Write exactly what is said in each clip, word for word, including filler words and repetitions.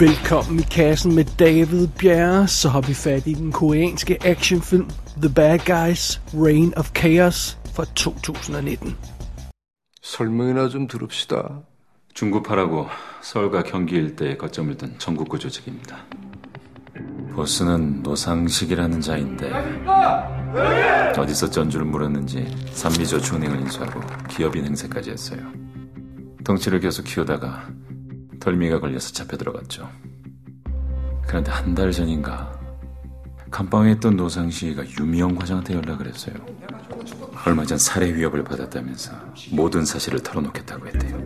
Velkommen i kassen med David Bjerre. Så har vi fat i den koreanske actionfilm The Bad Guys, Reign of Chaos fra to tusind nitten. 설명이나 좀 들읍시다. 중구파라고 서울과 경기 일대에 거점을 둔 전국구 조직입니다. 보스는 노상식이라는 자인데 어디서 전주를 물었는지 산미조 준행을 인수하고 기업인 행세까지 했어요. 덩치를 계속 키우다가 덜미가 걸려서 잡혀 들어갔죠. 그런데 한 달 전인가 감방에 있던 노상식이가 유미영 과장한테 연락을 했어요. 얼마 전 살해 위협을 받았다면서 모든 사실을 털어놓겠다고 했대요.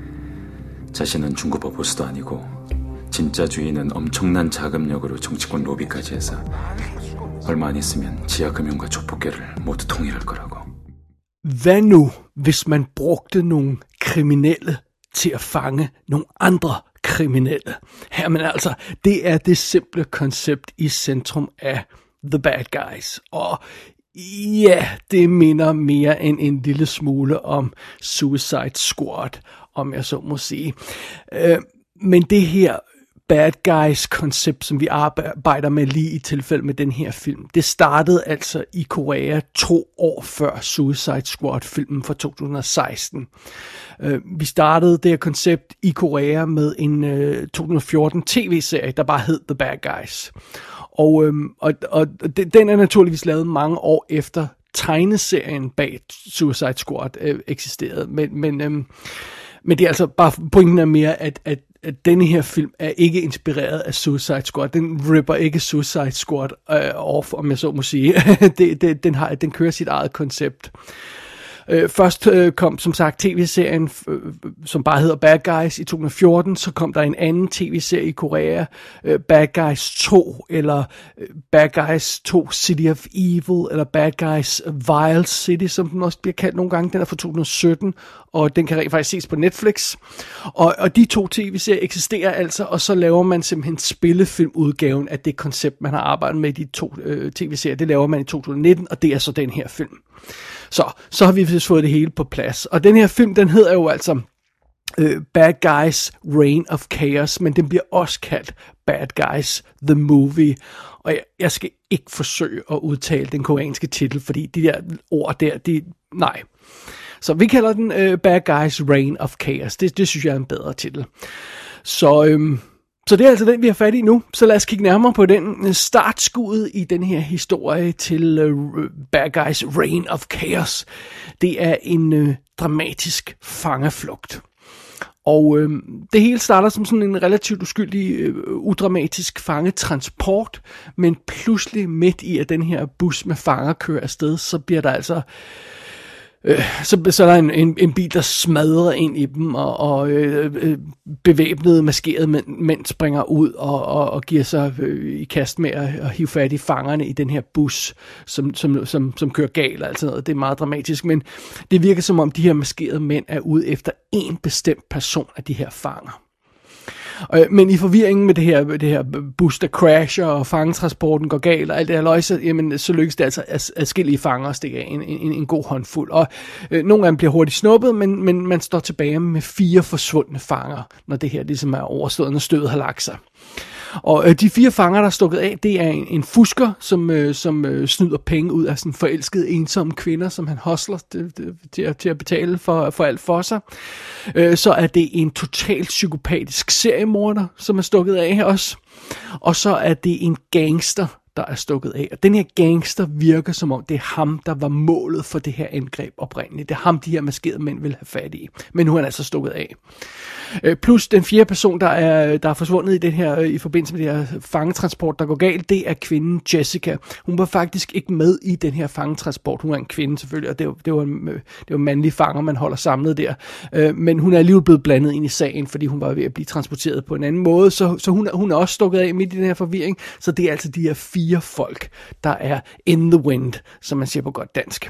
자신은 중고파 보스도 아니고 진짜 주인은 엄청난 자금력으로 정치권 로비까지 해서 얼마 안 있으면 지하금융과 조폭계를 모두 통일할 거라고. Hvad nu, hvis man brugte nogle kriminelle til at fange nogle andre kriminelle? Jamen altså, det er det simple koncept i centrum af The Bad Guys. Og ja, det minder mere end en lille smule om Suicide Squad, om jeg så må sige. Øh, men det her Bad Guys-koncept, som vi arbejder med lige i tilfælde med den her film, det startede altså i Korea to år før Suicide Squad-filmen fra to tusind og seksten. Uh, vi startede det her koncept i Korea med en uh, to tusind og fjorten tv-serie, der bare hed The Bad Guys. Og, um, og, og den er naturligvis lavet mange år efter tegneserien bag Suicide Squad uh, eksisterede. Men, men, um, men det er altså bare pointen er mere, at, at at denne her film er ikke inspireret af Suicide Squad. Den ripper ikke Suicide Squad øh, off, om jeg så må sige. det, det, den, har, den kører sit eget koncept. Øh, først øh, kom som sagt tv-serien, øh, som bare hedder Bad Guys i to tusind og fjorten. Så kom der en anden tv-serie i Korea, øh, Bad Guys to, eller øh, Bad Guys to City of Evil, eller Bad Guys Vile City, som den også bliver kaldt nogle gange. Den er fra to tusind og sytten, og den kan rent faktisk ses på Netflix. Og, og de to tv-serier eksisterer altså, og så laver man simpelthen spillefilmudgaven af det koncept, man har arbejdet med i de to øh, tv-serier. Det laver man i to tusind og nitten, og det er så den her film. Så, så har vi vist fået det hele på plads. Og den her film, den hedder jo altså uh, Bad Guys, Reign of Chaos, men den bliver også kaldt Bad Guys, The Movie. Og jeg, jeg skal ikke forsøge at udtale den koreanske titel, fordi de der ord der, de, nej. Så vi kalder den uh, Bad Guys, Reign of Chaos. Det, det synes jeg er en bedre titel. Så... Øhm, Så det er altså den, vi har fat i nu. Så lad os kigge nærmere på den startskud i den her historie til uh, Bad Guys Reign of Chaos. Det er en uh, dramatisk fangeflugt. Og uh, det hele starter som sådan en relativt uskyldig, uh, udramatisk fangetransport. Men pludselig midt i, at den her bus med fanger kører afsted, så bliver der altså... Øh, så, så er der en, en, en bil, der smadrer ind i dem, og, og øh, bevæbnede, maskerede mænd, mænd springer ud og, og, og giver sig øh, i kast med at, at hive fat i fangerne i den her bus, som, som, som, som kører galt og alt sådan noget. Det er meget dramatisk, men det virker som om de her maskerede mænd er ude efter en bestemt person af de her fanger. Men i forvirringen med det her, det her bus, der crasher, og fangetransporten går galt, og alt det her løjse, jamen, så lykkes det altså adskillige fanger at stikke af en, en, en god håndfuld. Og øh, nogle af dem bliver hurtigt snuppet, men, men man står tilbage med fire forsvundne fanger, når det her ligesom er overstået, når stødet har lagt sig. Og øh, de fire fanger, der er stukket af, det er en, en fusker, som, øh, som øh, snyder penge ud af sådan forelskede, ensomme kvinder, som han hustler til, til, til at betale for, for alt for sig. Øh, så er det en totalt psykopatisk seriemorder, som er stukket af også. Og så er det en gangster, der er stukket af. Og den her gangster virker som om, det er ham, der var målet for det her angreb oprindeligt. Det er ham, de her maskerede mænd vil have fat i. Men nu er han altså stukket af. Plus den fjerde person, der er, der er forsvundet i, den her, i forbindelse med det her fangetransport, der går galt, det er kvinden Jessica. Hun var faktisk ikke med i den her fangetransport. Hun er en kvinde selvfølgelig, og det var, det var, det var mandlige fanger, man holder samlet der. Men hun er alligevel blevet blandet ind i sagen, fordi hun var ved at blive transporteret på en anden måde. Så, så hun, hun er også stukket af midt i den her forvirring. Så det er altså de her fire folk, der er in the wind, som man siger på godt dansk.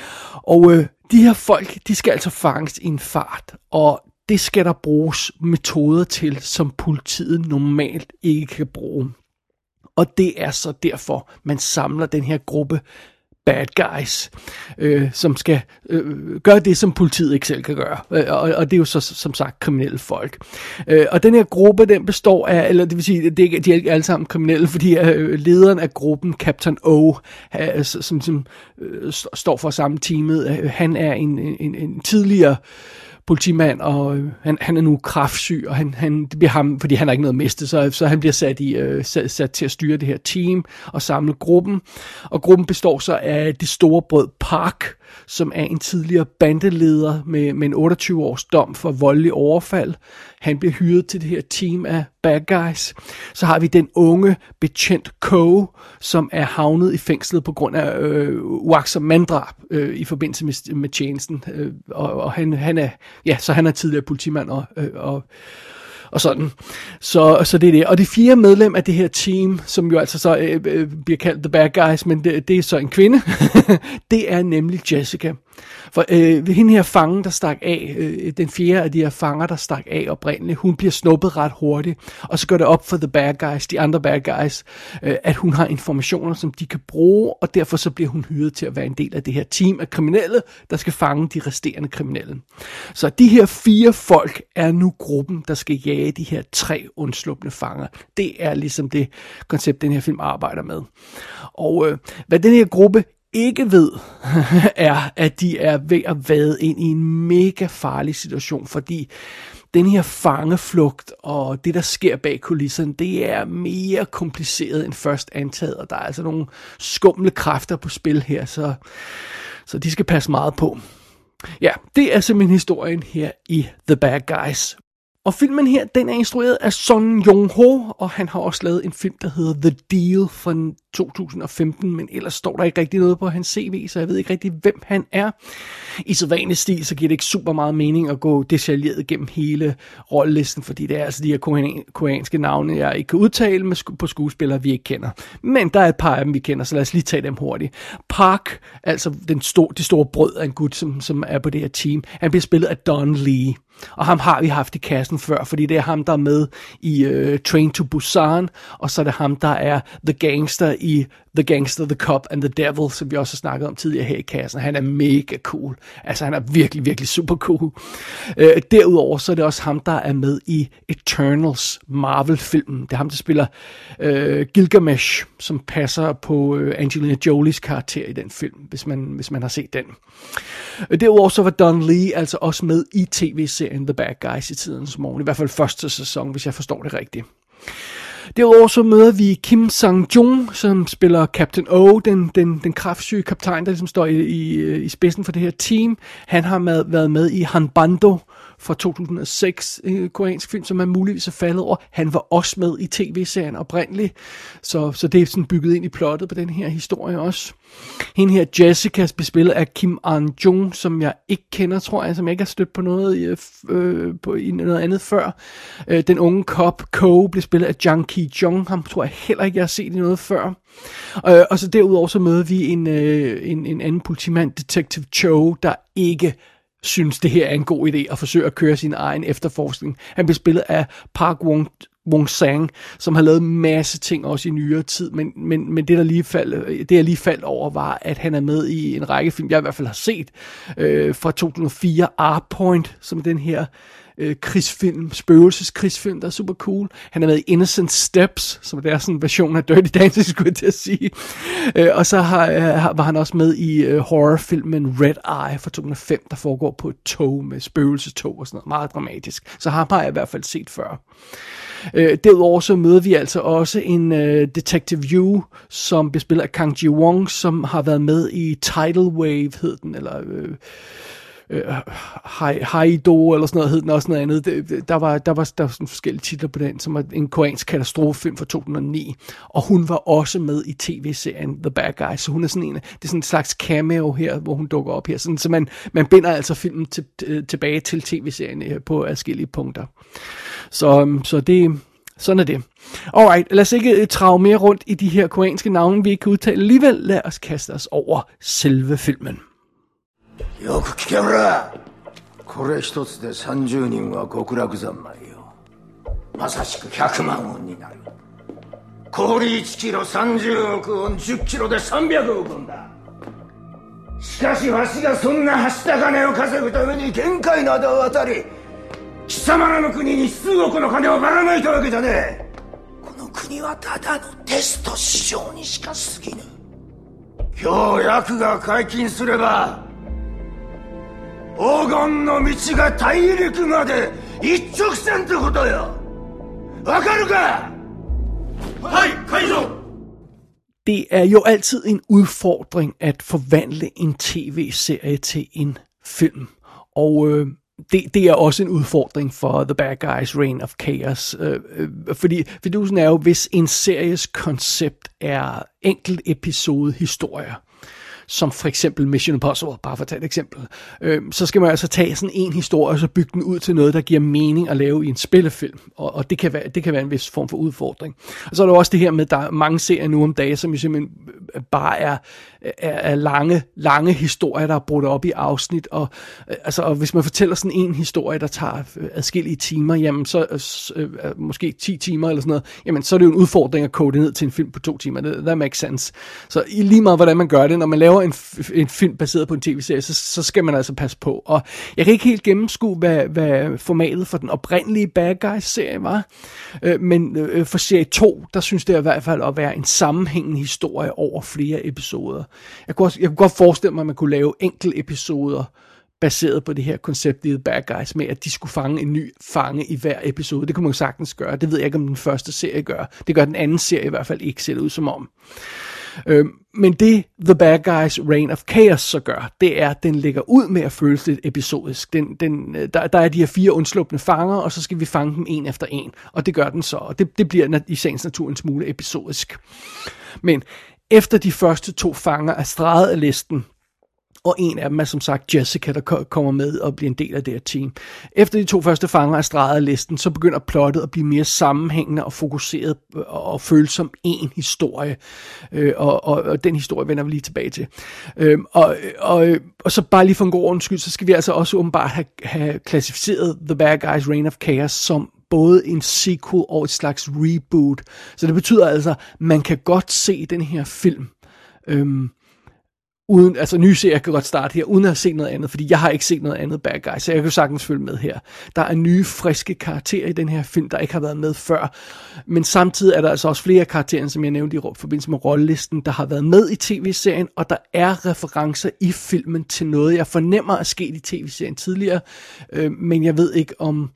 Og øh, de her folk, de skal altså fanges i en fart, og det skal der bruges metoder til, som politiet normalt ikke kan bruge. Og det er så derfor, man samler den her gruppe bad guys, øh, som skal øh, gøre det, som politiet ikke selv kan gøre. Øh, og, og det er jo så som sagt kriminelle folk. Øh, og den her gruppe, den består af, eller det vil sige, det er, de er ikke alle sammen kriminelle, fordi øh, lederen af gruppen, Captain O, øh, som, som øh, står for samme teamet, øh, han er en, en, en tidligere politimand, og øh, han, han er nu kræftsyg, og han, han, det bliver ham, fordi han har ikke noget at miste, så, så han bliver sat, i, øh, sat, sat til at styre det her team og samle gruppen. Og gruppen består så af det store brød Park, som er en tidligere bandeleder med, med en otteogtyve års dom for voldelig overfald. Han bliver hyret til det her team af bad guys. Så har vi den unge betjent Ko, som er havnet i fængslet på grund af øh, uagtsomt manddrab øh, i forbindelse med, med tjenesten. Øh, og og han, han er ja, så han er tidligere politimand og, øh, og og sådan. Så, så det er det. Og det fjerde medlem af det her team, som jo altså så øh, øh, bliver kaldt The Bad Guys, men det, det er så en kvinde, det er nemlig Jessica. For øh, hende her fange, der stak af, øh, den fjerde af de her fanger, der stak af oprindeligt, hun bliver snuppet ret hurtigt, og så går det op for The Bad Guys, de andre Bad Guys, øh, at hun har informationer, som de kan bruge, og derfor så bliver hun hyret til at være en del af det her team af kriminelle, der skal fange de resterende kriminelle. Så de her fire folk er nu gruppen, der skal jage de her tre undslupne fanger. Det er ligesom det koncept, den her film arbejder med. Og øh, hvad den her gruppe ikke ved, er, at de er ved at vade ind i en mega farlig situation, fordi den her fangeflugt og det, der sker bag kulisserne, det er mere kompliceret end først antaget, og der er altså nogle skumle kræfter på spil her, så, så de skal passe meget på. Ja, det er simpelthen historien her i The Bad Guys. Og filmen her, den er instrueret af Son Joong-ho, og han har også lavet en film, der hedder The Deal fra to tusind og femten, men ellers står der ikke rigtig noget på hans C V, så jeg ved ikke rigtig, hvem han er. I så vanlig stil, så giver det ikke super meget mening at gå detaljeret gennem hele rollelisten, fordi det er altså de her koreanske navne, jeg ikke kan udtale med på skuespillere, vi ikke kender. Men der er et par af dem, vi kender, så lad os lige tage dem hurtigt. Park, altså den store, det store brød af en gut, som, som er på det her team, han bliver spillet af Don Lee. Og ham har vi haft i kassen før, fordi det er ham, der er med i uh, Train to Busan, og så er det ham, der er The Gangster i The Gangster, The Cop and The Devil, som vi også har snakket om tidligere her i kassen. Han er mega cool. Altså, han er virkelig, virkelig super cool. Uh, derudover så er det også ham, der er med i Eternals, Marvel-filmen. Det er ham, der spiller uh, Gilgamesh, som passer på uh, Angelina Jolies karakter i den film, hvis man, hvis man har set den. Uh, derudover så var Don Lee altså også med i tv-serien The Bad Guys i tidens morgen. I hvert fald første sæson, hvis jeg forstår det rigtigt. Derudover så møder vi Kim Sang-jung, som spiller Captain O, den, den, den kraftsyge kaptajn, der ligesom står i, i, i spidsen for det her team. Han har med, været med i Hanbando fra to tusind og seks, en koreansk film, som er muligvis er faldet over. Han var også med i tv-serien oprindeligt, så, så det er sådan bygget ind i plottet på den her historie også. Hende her, Jessica, bliver spillet af Kim An-jung, som jeg ikke kender, tror jeg, som jeg ikke har stødt på noget, i, øh, på, i noget andet før. Øh, den unge cop, Ko, bliver spillet af Jang Ki-jong, ham tror jeg heller ikke, jeg har set i noget før. Øh, og så derudover så møder vi en, øh, en, en anden politimand, Detective Cho, der ikke synes, det her er en god idé at forsøge at køre sin egen efterforskning. Han bliver spillet af Park Wong Wong Sang, som har lavet en masse ting også i nyere tid, men, men, men det, der lige fald, det, jeg lige faldt over, var, at han er med i en række film, jeg i hvert fald har set, øh, fra to tusind og fire, Artpoint, som den her øh, krigsfilm, spøgelseskrigsfilm, der er super cool. Han er med i Innocent Steps, som det er sådan en version af Dirty Dancing, skulle jeg til at sige. Øh, og så har, øh, var han også med i øh, horrorfilmen Red Eye fra to tusind og fem, der foregår på et tog med spøgelsestog og sådan noget, meget dramatisk. Så ham har jeg i hvert fald set før. Øh, derudover så møder vi altså også en øh, Detective Yu, som bliver spillet af Kang Ji-won, som har været med i Tidal Wave, hed den, eller øh, øh, Haido, eller sådan noget, hed den også noget andet. Der var, der var, der var sådan forskellige titler på den, som var en koreansk katastrofefilm fra to tusind og ni, og hun var også med i tv-serien The Bad Guys, så hun er sådan en, det er sådan en slags cameo her, hvor hun dukker op her, sådan, så man, man binder altså filmen til, tilbage til tv-serien på adskillige punkter. Så, så det, sådan er det. Alright, lad os ikke trage mere rundt i de her koreanske navne, vi ikke kan udtale alligevel. Lad os kaste os over selve filmen. よく聞けおら。これ一つでさんじゅうにんは極楽三昧よ。まさしくひゃくまんウォンになる。氷いちキロさんじゅうおくウォン、じゅっキロでさんびゃくおくウォンだ。 しかしわしがそんなはした金を稼ぐために限界などを渡り、貴様らの国に数億の金をばらまいたわけじゃねえ。この国はただのテスト市場にしか過ぎぬ。今日役が解禁すれば、黄金の道が大陸まで一直線ってことよ。わかるか？はい、会長! Det er jo altid en udfordring at forvandle en tv-serie til en film. Og øh, det, det er også en udfordring for The Bad Guys Reign of Chaos. Øh, øh, fordi fidusen er jo, hvis en series koncept er enkelt episode historier, som for eksempel Mission Impossible, bare for at tage et eksempel, øh, så skal man altså tage sådan en historie, og så bygge den ud til noget, der giver mening at lave i en spillefilm, og, og det, kan være, det kan være en vis form for udfordring. Og så er der også det her med, at der er mange serier nu om dagen, som jo simpelthen bare er, er, er lange, lange historier, der er brudt op i afsnit, og, altså, og hvis man fortæller sådan en historie, der tager adskillige timer, jamen så øh, måske ti timer eller sådan noget, jamen så er det jo en udfordring at kode det ned til en film på to timer. Det, that makes sense. Så i lige meget, hvordan man gør det, når man laver En, en film baseret på en tv-serie, så, så skal man altså passe på. Og jeg kan ikke helt gennemskue, hvad, hvad formatet for den oprindelige Bad Guys-serie var, øh, men øh, for serie to, der synes det i hvert fald at være en sammenhængende historie over flere episoder. Jeg kunne, også, jeg kunne godt forestille mig, at man kunne lave enkelte episoder baseret på det her koncept i The Bad Guys, med at de skulle fange en ny fange i hver episode. Det kunne man jo sagtens gøre. Det ved jeg ikke, om den første serie gør. Det gør den anden serie i hvert fald ikke, ser det ud som om. Øhm, men det The Bad Guys Reign of Chaos så gør, det er, at den lægger ud med at føles lidt episodisk. Den, den, der, der er de her fire undslupne fanger, og så skal vi fange dem en efter en. Og det gør den så, og det, det bliver i sagens natur en smule episodisk. Men efter de første to fanger er streget af listen, og en af dem er som sagt Jessica, der kommer med og bliver en del af det her team. Efter de to første fanger er streget af listen, så begynder plottet at blive mere sammenhængende og fokuseret og føles som en historie. Øh, og, og, og den historie vender vi lige tilbage til. Øh, og, og, og så bare lige for en god ordens skyld, så skal vi altså også åbenbart have, have klassificeret The Bad Guys Reign of Chaos som både en sequel og et slags reboot. Så det betyder altså, at man kan godt se den her film øhm, uden, altså nye serier kan godt starte her, uden at have set noget andet, fordi jeg har ikke set noget andet Bad Guys, så jeg kan jo sagtens følge med her. Der er nye, friske karakterer i den her film, der ikke har været med før, men samtidig er der altså også flere karakterer, som jeg nævnte i forbindelse med rollelisten, der har været med i tv-serien, og der er referencer i filmen til noget, jeg fornemmer er sket i tv-serien tidligere, øh, men jeg ved ikke om,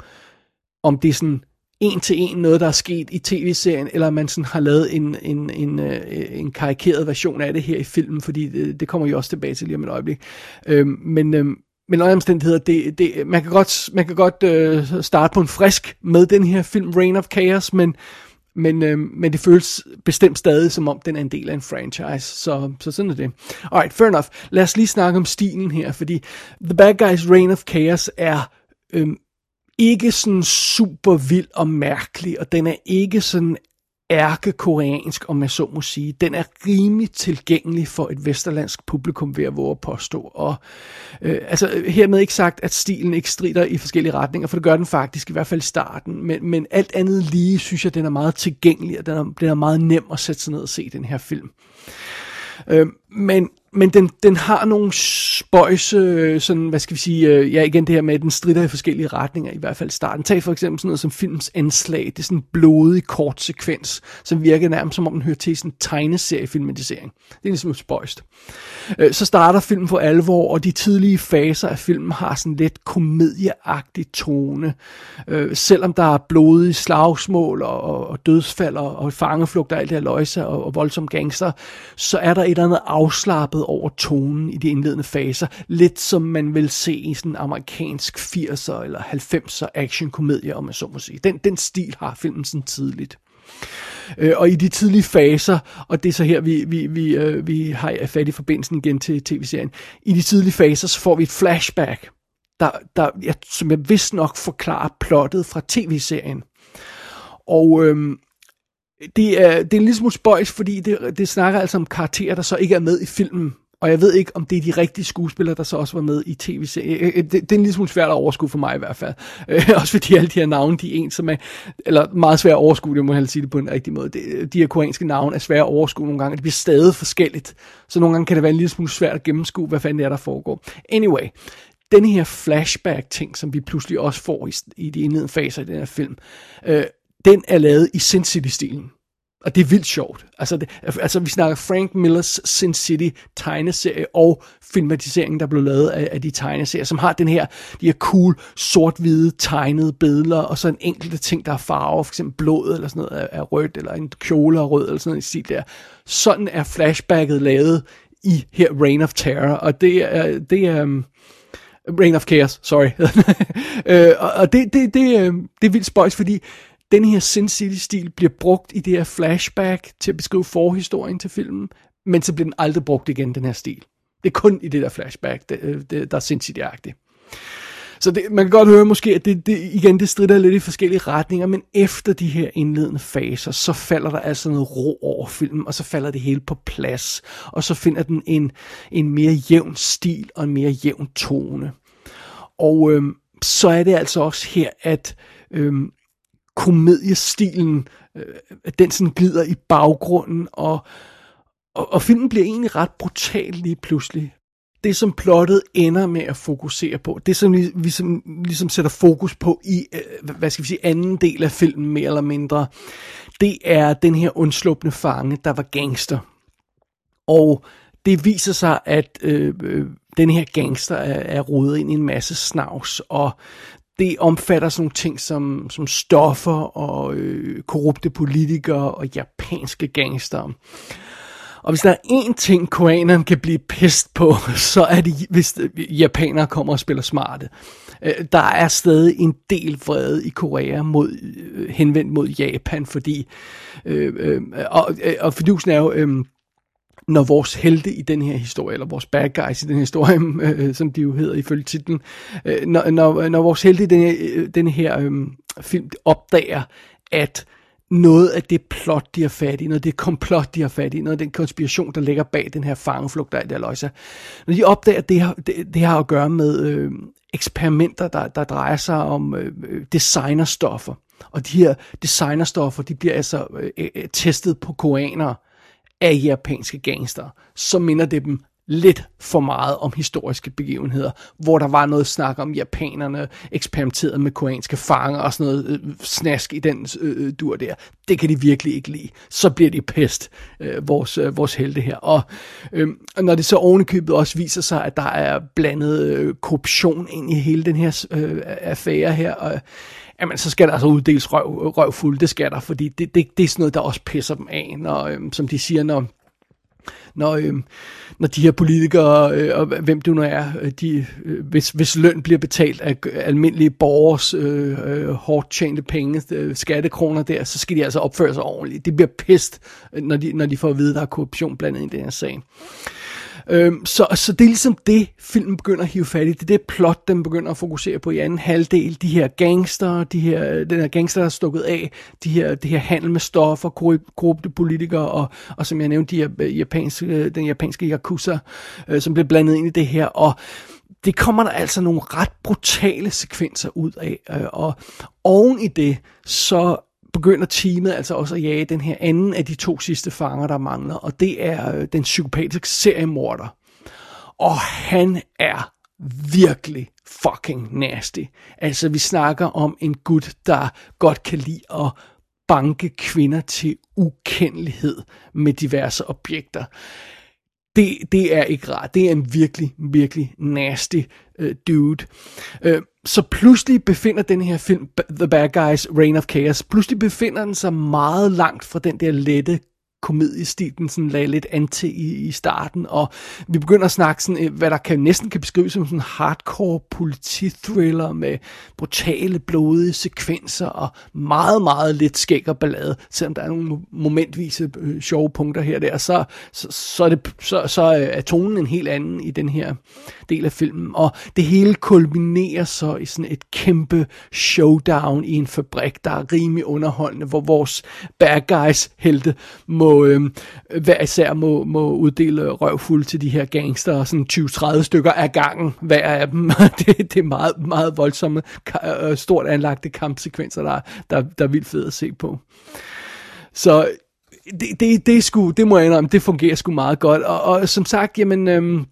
om det er sådan en til en noget, der er sket i tv-serien, eller man sådan har lavet en, en, en, en karikeret version af det her i filmen, fordi det, det kommer jo også tilbage til lige om et øjeblik. Øhm, men øhm, men under omstændigheder, det, det, man kan godt, man kan godt øh, starte på en frisk med den her film, Reign of Chaos, men, men, øhm, men det føles bestemt stadig, som om den er en del af en franchise, så, så sådan er det. Alright, fair enough. Lad os lige snakke om stilen her, fordi The Bad Guys Reign of Chaos er øhm, ikke sådan super vild og mærkelig, og den er ikke sådan ærkekoreansk, om jeg så må sige. Den er rimelig tilgængelig for et vesterlandsk publikum, ved at våge at påstå. Og øh, altså hermed ikke sagt, at stilen ikke strider i forskellige retninger, for det gør den faktisk, i hvert fald i starten. Men, men alt andet lige, synes jeg, den er meget tilgængelig, og den er, den er meget nem at sætte sig ned og se den her film. Øh, men Men den, den har nogle spøjse, sådan, hvad skal vi sige, øh, ja igen det her med, at den strider i forskellige retninger, i hvert fald i starten. Tag for eksempel sådan noget som filmens indslag, det er sådan en blodig kort sekvens, som virker nærmest som om den hører til sådan en tegneseriefilmatisering. Det er ligesom spøjst. Øh, så starter filmen for alvor, og de tidlige faser af filmen har sådan lidt komedieagtig tone. Øh, selvom der er blodige slagsmål og, og, og dødsfald og, og fangeflugt og alt det her løjse og, og voldsomme gangster, så er der et eller andet afslappet over tonen i de indledende faser, lidt som man vil se i sådan en amerikansk firser eller halvfemser actionkomedie, om man så må sige. Den, den stil har filmen sådan tidligt. Øh, og i de tidlige faser, og det er så her, vi, vi, vi, øh, vi har fat i forbindelsen igen til tv-serien, i de tidlige faser, så får vi et flashback, der, der, ja, som jeg vist nok forklarer plottet fra tv-serien. Og øhm, det er, det er en lille smule spøjs, fordi det, det snakker altså om karakterer, der så ikke er med i filmen, Og jeg ved ikke, om det er de rigtige skuespillere, der så også var med i tv-serien. Det, det er en lille smule svært at overskue for mig i hvert fald. Øh, også fordi alle de her navne, de er en, som er, eller meget svært at overskue, jeg må heller sige det på en rigtig måde. Det, de her koreanske navne er svære at overskue nogle gange, det bliver stadig forskelligt. Så nogle gange kan det være en lille smule svært at gennemskue, hvad fanden det er, der foregår. Anyway, denne her flashback-ting, som vi pludselig også får i, i de indledende faser i den her film, øh, den er lavet i Sin City-stilen. Og det er vildt sjovt. Altså, det, altså vi snakker Frank Millers Sin City tegneserie og filmatiseringen, der blev lavet af, af de tegneserier, som har den her, de her cool, sort-hvide tegnede billeder, og så en enkelte ting, der er farver, for eksempel blod eller sådan noget er, er rødt, eller en kjole er rød, eller sådan noget i stil der. Sådan er flashbacket lavet i her Reign of Terror, og det er, det er um, Reign of Chaos, sorry. øh, og og det, det, det, det, det er vildt spøjs, fordi den her Sin City-stil bliver brugt i det her flashback til at beskrive forhistorien til filmen, men så bliver den aldrig brugt igen, den her stil. Det er kun i det der flashback, det, det, der er Sin City-agtigt. Så det, man kan godt høre måske, at det, det, igen, det strider lidt i forskellige retninger, men efter de her indledende faser, så falder der altså noget ro over filmen, og så falder det hele på plads, og så finder den en, en mere jævn stil og en mere jævn tone. Og øhm, så er det altså også her, at øhm, komediestilen, øh, den sådan glider i baggrunden, og, og, og filmen bliver egentlig ret brutal lige pludselig. Det som plottet ender med at fokusere på, det som vi ligesom, ligesom sætter fokus på i, øh, hvad skal vi sige, anden del af filmen mere eller mindre, det er den her undslupne fange, der var gangster. Og det viser sig, at øh, øh, den her gangster er, er rodet ind i en masse snavs, og det omfatter sådan nogle ting som, som stoffer og øh, korrupte politikere og japanske gangster. Og hvis der er én ting, koreanerne kan blive pest på, så er det, hvis japanere kommer og spiller smarte. Der er stadig en del vrede i Korea mod, henvendt mod Japan, fordi øh, øh, og, og fidusen er jo, øh, når vores helte i den her historie, eller vores bad guys i den her historie, øh, som de jo hedder ifølge titlen, øh, når, når, når vores helte i den her, den her øh, film opdager, at noget af det plot, de har fat i, noget af det komplot, de har fat i, noget af den konspiration, der ligger bag den her fangeflugt, der er der løjser. Når de opdager, at det har, det, det har at gøre med øh, eksperimenter, der, der drejer sig om øh, designerstoffer. Og de her designerstoffer, de bliver altså øh, testet på koreanere af japanske gangster. Så minder det dem lidt for meget om historiske begivenheder, hvor der var noget snak om japanerne eksperimenterede med koreanske fanger og sådan noget øh, snask i den øh, dur der. Det kan de virkelig ikke lide. Så bliver de pest, øh, vores, øh, vores helte her. Og øh, når det så ovenikøbet også viser sig, at der er blandet øh, korruption ind i hele den her øh, affære her, og jamen, så skal der altså uddeles røv, røvfuld, det skal der, fordi det, det, det er sådan noget, der også pisser dem af, når, øh, som de siger, når Når, øh, når de her politikere, øh, og hvem det nu er, de, øh, hvis, hvis løn bliver betalt af almindelige borgers øh, øh, hårdt tjente penge, øh, skattekroner der, så skal de altså opføre sig ordentligt. Det bliver pist, når de, når de får at vide, at der er korruption blandet i den her sag. Øhm, så, så det er ligesom det, filmen begynder at hive fat i. Det er det plot, den begynder at fokusere på i anden halvdel. De her gangster, de her, den her gangster, der er stukket af, de her, det her handel med stoffer, korrupte politikere, og, og som jeg nævnte, de her, japanske, den japanske yakuza, øh, som bliver blandet ind i det her. Og det kommer der altså nogle ret brutale sekvenser ud af. Øh, og oven i det, så begynder teamet altså også at jage den her anden af de to sidste fanger, der mangler, og det er øh, den psykopatiske seriemorder. Og han er virkelig fucking nasty. Altså, vi snakker om en gut, der godt kan lide at banke kvinder til ukendelighed med diverse objekter. Det, det er ikke rart. Det er en virkelig, virkelig nasty øh, dude. Øh, så pludselig befinder den her film, The Bad Guys, Reign of Chaos, pludselig befinder den sig meget langt fra den der lette komediestil, den sådan lagde lidt an til i, i starten, og vi begynder at snakke sådan, hvad der kan, næsten kan beskrives som sådan en hardcore politithriller med brutale, blodige sekvenser og meget, meget lidt skæg og ballade, selvom der er nogle momentvise øh, sjove punkter her og der, så, så, så, er det, så, så er tonen en helt anden i den her del af filmen, og det hele kulminerer så i sådan et kæmpe showdown i en fabrik, der er rimelig underholdende, hvor vores bad guys helte må må, øh, hver især må, må uddele røvfuld til de her gangster, sådan tyve til tredive stykker af gangen, hver af dem. det, det er meget, meget voldsomme, stort anlagte kampsekvenser, der, der, der er vildt fedt at se på. Så det, det, det, er sgu, det må jeg indrømme, det fungerer sgu meget godt. Og, og som sagt, jamen, øhm,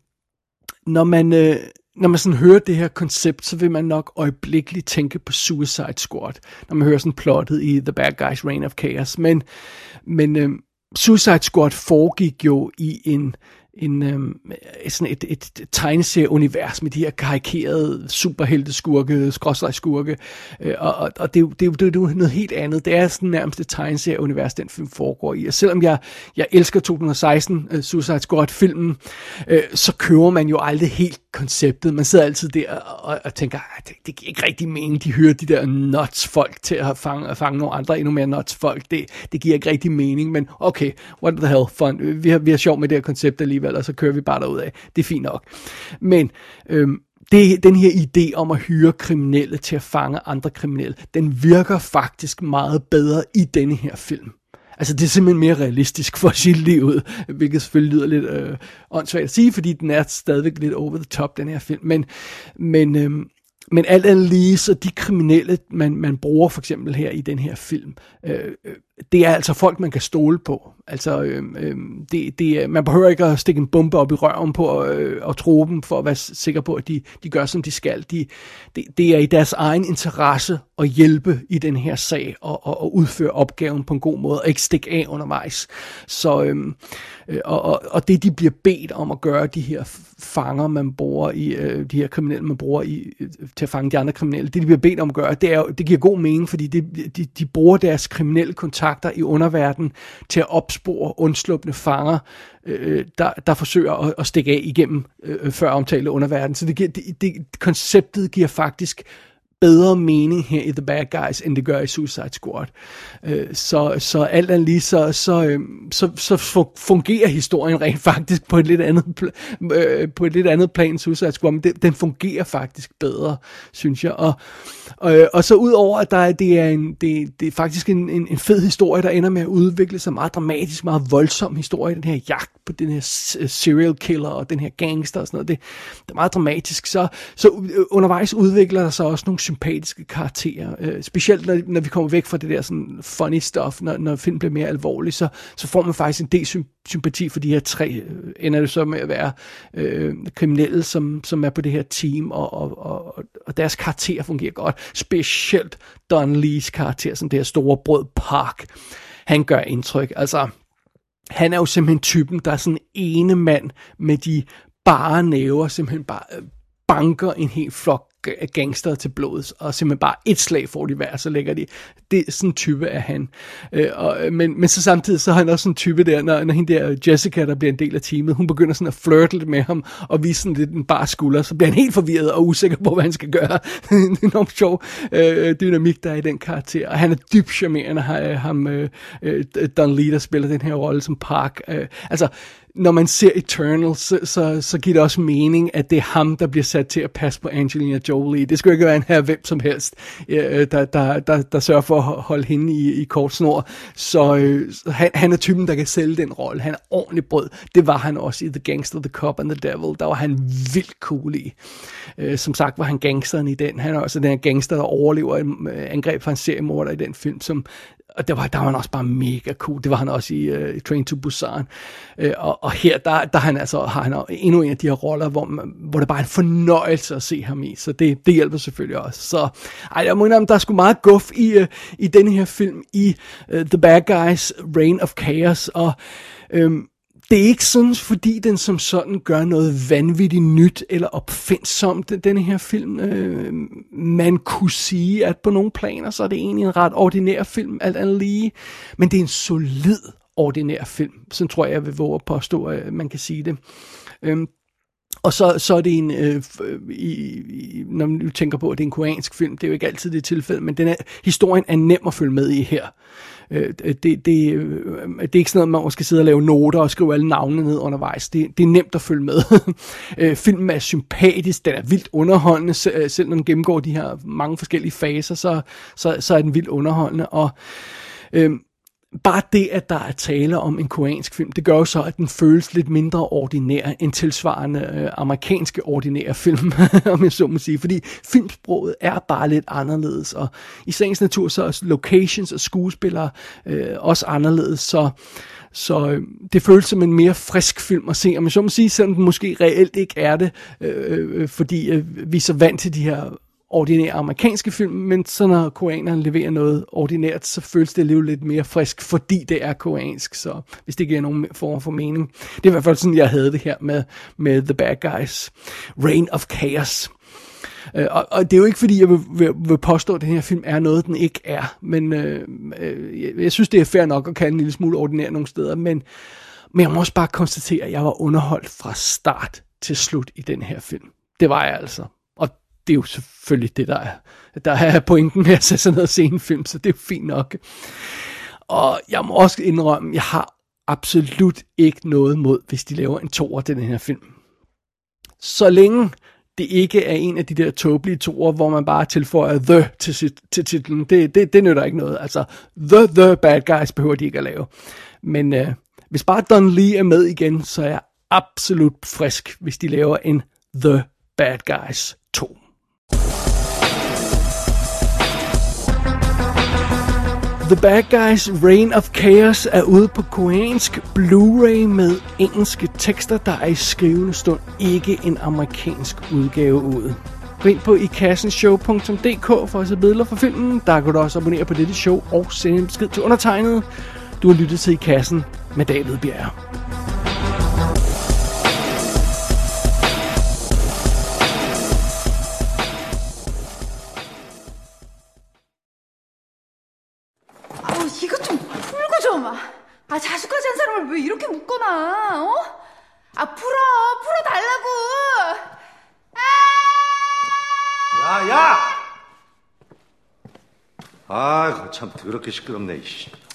når man... Øh, Når man sådan hører det her koncept, så vil man nok øjeblikkeligt tænke på Suicide Squad, når man hører sådan plottet i The Bad Guys Reign of Chaos. Men, men øhm, Suicide Squad foregik jo i en, en, øhm, sådan et, et, et tegneserieunivers med de her karikerede superhelteskurke, skråstregskurke, øh, og, og, og det, det, det, det er jo noget helt andet. Det er sådan nærmest et tegneserieunivers, den film foregår i. Og selvom jeg, jeg elsker to tusind og seksten uh, Suicide Squad-filmen, øh, så køber man jo aldrig helt konceptet. Man sidder altid der og, og tænker, det, det giver ikke rigtig mening, de hører de der nuts folk til at fange, at fange nogle andre endnu mere nuts folk. Det, det giver ikke rigtig mening, men okay, what the hell, fun. Vi har, vi har sjov med det her koncept alligevel, og så kører vi bare derud af. Det er fint nok. Men øhm, det, den her idé om at hyre kriminelle til at fange andre kriminelle, den virker faktisk meget bedre i denne her film. Altså det er simpelthen mere realistisk for at sige livet ud, hvilket selvfølgelig lyder lidt øh, åndssvagt at sige, fordi den er stadigvæk lidt over the top, den her film. Men, men, øh, men alt andet lige, så de kriminelle, man, man bruger for eksempel her i den her film, øh, det er altså folk, man kan stole på. Altså, øh, øh, det, det, man behøver ikke at stikke en bombe op i røven på øh, og tro dem, for at være sikker på, at de, de gør, som de skal. De, det, det er i deres egen interesse at hjælpe i den her sag og, og, og udføre opgaven på en god måde, og ikke stikke af undervejs. Så, øh, og, og, og det, de bliver bedt om at gøre, de her fanger, man bruger i, øh, de her kriminelle, man bruger i, øh, til at fange de andre kriminelle, det, de bliver bedt om at gøre, det, er, det giver god mening, fordi det, de, de bruger deres kriminelle kontakter i underverdenen til at opspore undslupne fanger, øh, der, der forsøger at, at stikke af igennem øh, før omtalte underverden. Så det, giver, det, det, konceptet giver faktisk bedre mening her i The Bad Guys, end det gør i Suicide Squad. Øh, så, så alt andet lige, så, så, øh, så, så fungerer historien rent faktisk på et lidt andet, øh, på et lidt andet plan end Suicide Squad, men det, den fungerer faktisk bedre, synes jeg. Og, og, og så udover, at der er, det, er en, det, det er faktisk en, en, en fed historie, der ender med at udvikle sig meget dramatisk, meget voldsom historie, den her jagt på den her serial killer og den her gangster og sådan noget. Det, det er meget dramatisk. Så, så undervejs udvikler der sig også nogle sympatiske karakterer. Øh, specielt når, når vi kommer væk fra det der sådan funny stuff, når, når film bliver mere alvorlig, så, så får man faktisk en del sympati for de her tre. Øh, ender det så med at være øh, kriminelle, som, som er på det her team, og, og, og, og deres karakter fungerer godt. Specielt Don Lees karakter, som det her store brød Park. Han gør indtryk. Altså, han er jo simpelthen typen, der er sådan ene mand med de bare næver, simpelthen bare banker en helt flok gangster til blods, og simpelthen bare et slag får de hver, så lægger de. Det er sådan en type af han. Øh, og, men, men så samtidig, så er han også sådan en type der, når, når hende der Jessica, der bliver en del af teamet, hun begynder sådan at flirte lidt med ham, og vise sådan lidt en bar skulder, så bliver han helt forvirret og usikker på, hvad han skal gøre. Det er enormt sjov øh, dynamik, der er i den karakter, og han er dybt charmerende, ham øh, Don Lee, der spiller den her rolle som Park. Øh, altså, når man ser Eternal, så, så, så giver det også mening, at det er ham, der bliver sat til at passe på Angelina Jolie. Det skulle ikke være en her hvem som helst, der, der, der, der sørger for at holde hende i, i kort snor. Så øh, han, han er typen, der kan sælge den rolle. Han er ordentlig brød. Det var han også i The Gangster, The Cop and the Devil. Der var han vildt cool i. Øh, som sagt var han gangsteren i den. Han er også den her gangster, der overlever en angreb fra en seriemorder i den film, som og der var, der var han også bare mega cool. Det var han også i uh, Train to Busan. Uh, og, og her, der, der han altså, har han endnu en af de her roller, hvor, man, hvor det bare er en fornøjelse at se ham i. Så det, det hjælper selvfølgelig også. Så ej, jeg må indrømme, der er sgu meget guf i, uh, i denne her film, i uh, The Bad Guys Reign of Chaos. Og um, det er ikke sådan, fordi den som sådan gør noget vanvittigt nyt eller opfindsomt, denne her film. Øh, man kunne sige, at på nogle planer, så er det egentlig en ret ordinær film, alt andet lige. Men det er en solid ordinær film. Sådan tror jeg, jeg vil våge at påstå, at man kan sige det. Øhm, Og så, så er det en, øh, i, i, når man tænker på, at det er en koreansk film, det er jo ikke altid det tilfælde, men den er, historien er nem at følge med i her. Øh, det, det, det er ikke sådan noget, man skal sidde og lave noter og skrive alle navnene ned undervejs. Det, det er nemt at følge med. øh, filmen er sympatisk, den er vildt underholdende, selv når den gennemgår de her mange forskellige faser, så, så, så er den vildt underholdende. Og øh, bare det, at der er tale om en koreansk film, det gør jo så, at den føles lidt mindre ordinær end tilsvarende øh, amerikanske ordinære film, om jeg så må sige. Fordi filmsproget er bare lidt anderledes, og i sagens natur så er locations og skuespillere øh, også anderledes, så Så øh, det føles som en mere frisk film at se, og man så må sige, selvom den måske reelt ikke er det, øh, øh, fordi øh, vi er så vant til de her ordinære amerikanske film, men så når koreanerne leverer noget ordinært, så føles det alligevel lidt mere frisk, fordi det er koreansk, så hvis det giver nogen form for mening. Det er i hvert fald sådan, jeg havde det her med, med The Bad Guys. Reign of Chaos. Uh, og, og det er jo ikke fordi, jeg vil, vil, vil påstå, at den her film er noget, den ikke er, men øh, øh, jeg, jeg synes, det er fair nok at kalde en lille smule ordinær nogle steder, men, men jeg må også bare konstatere, at jeg var underholdt fra start til slut i den her film. Det var jeg altså. Og det er jo selvfølgelig det, der er, der er pointen med at sætte sig ned og se en film, så det er jo fint nok. Og jeg må også indrømme, at jeg har absolut ikke noget mod, hvis de laver en toer til den her film. Så længe det ikke er en af de der tåbelige toer, hvor man bare tilføjer the til, sit, til titlen. Det, det, det nytter ikke noget. Altså, the, the bad guys behøver de ikke at lave. Men øh, hvis bare Don Lee er med igen, så er jeg absolut frisk, hvis de laver en The Bad Guys to. The Bad Guys Reign of Chaos er ude på koreansk Blu-ray med engelske tekster, der er i skrivende stund ikke en amerikansk udgave ud. Gå ind på i kassen show punktum d k for at se billeder fra filmen. Der kan du også abonnere på dette show og sende en besked til undertegnet. Du har lyttet til I Kassen med David Bjerre. 이것 좀 풀고 좀. 아, 자수까지 한 사람을 왜 이렇게 묶어놔? 어? 아, 풀어, 풀어 달라고. 야, 야! 아, 참 더럽게 시끄럽네, 이씨.